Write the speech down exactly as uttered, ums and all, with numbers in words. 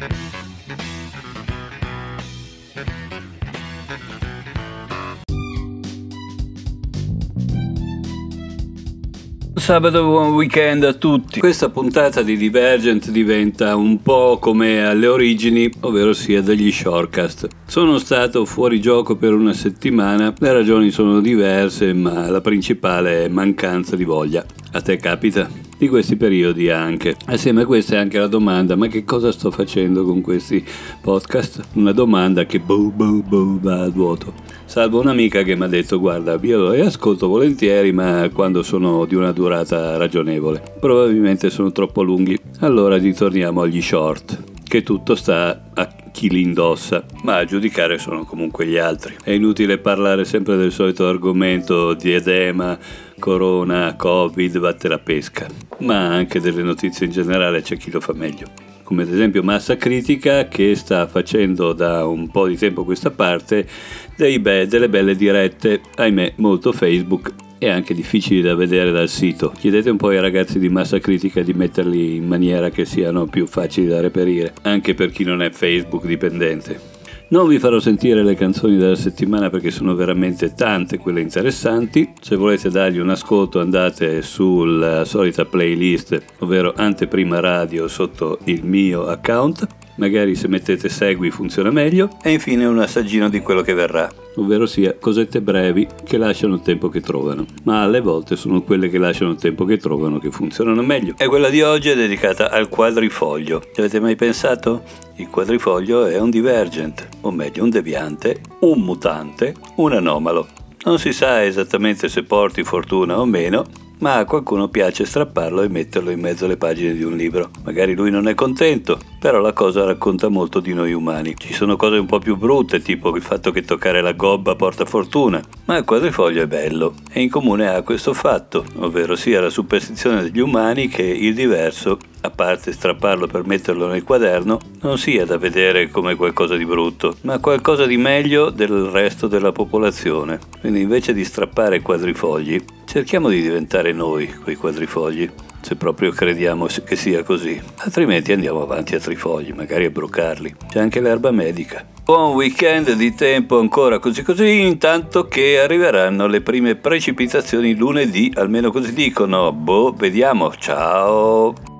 Sabato, buon weekend a tutti. Questa puntata di Divergent diventa un po' come alle origini, ovvero sia degli shortcast. Sono stato fuori gioco per una settimana, le ragioni sono diverse, ma la principale è mancanza di voglia. A te capita? Di questi periodi anche. Assieme a questa è anche la domanda: ma che cosa sto facendo con questi podcast? Una domanda che boh boh boh va a vuoto. Salvo un'amica che mi ha detto: guarda, io le ascolto volentieri, ma quando sono di una durata ragionevole. Probabilmente sono troppo lunghi. Allora ritorniamo agli short, che tutto sta a chi li indossa, ma a giudicare sono comunque gli altri. È inutile parlare sempre del solito argomento di edema, corona, covid, vatte la pesca, ma anche delle notizie in generale c'è chi lo fa meglio. Come ad esempio Massa Critica, che sta facendo da un po' di tempo a questa parte dei be- delle belle dirette, ahimè molto Facebook e anche difficili da vedere dal sito. Chiedete un po' ai ragazzi di Massa Critica di metterli in maniera che siano più facili da reperire, anche per chi non è Facebook dipendente. Non vi farò sentire le canzoni della settimana perché sono veramente tante quelle interessanti. Se volete dargli un ascolto andate sulla solita playlist, ovvero Anteprima Radio sotto il mio account. Magari se mettete segui funziona meglio. E infine un assaggino di quello che verrà, ovvero sia cosette brevi che lasciano il tempo che trovano, ma alle volte sono quelle che lasciano il tempo che trovano che funzionano meglio. E quella di oggi è dedicata al quadrifoglio. Ci avete mai pensato? Il quadrifoglio è un divergent, o meglio un deviante, un mutante, un anomalo. Non si sa esattamente se porti fortuna o meno, ma a qualcuno piace strapparlo e metterlo in mezzo alle pagine di un libro. Magari lui non è contento, però la cosa racconta molto di noi umani. Ci sono cose un po' più brutte, tipo il fatto che toccare la gobba porta fortuna, ma il quadrifoglio è bello e in comune ha questo fatto, ovvero sia la superstizione degli umani che il diverso, a parte strapparlo per metterlo nel quaderno, non sia da vedere come qualcosa di brutto, ma qualcosa di meglio del resto della popolazione. Quindi invece di strappare quadrifogli, cerchiamo di diventare noi quei quadrifogli, se proprio crediamo che sia così. Altrimenti andiamo avanti a trifogli, magari a brucarli. C'è anche l'erba medica. Buon weekend di tempo ancora così così, intanto che arriveranno le prime precipitazioni lunedì, almeno così dicono. Boh, vediamo. Ciao!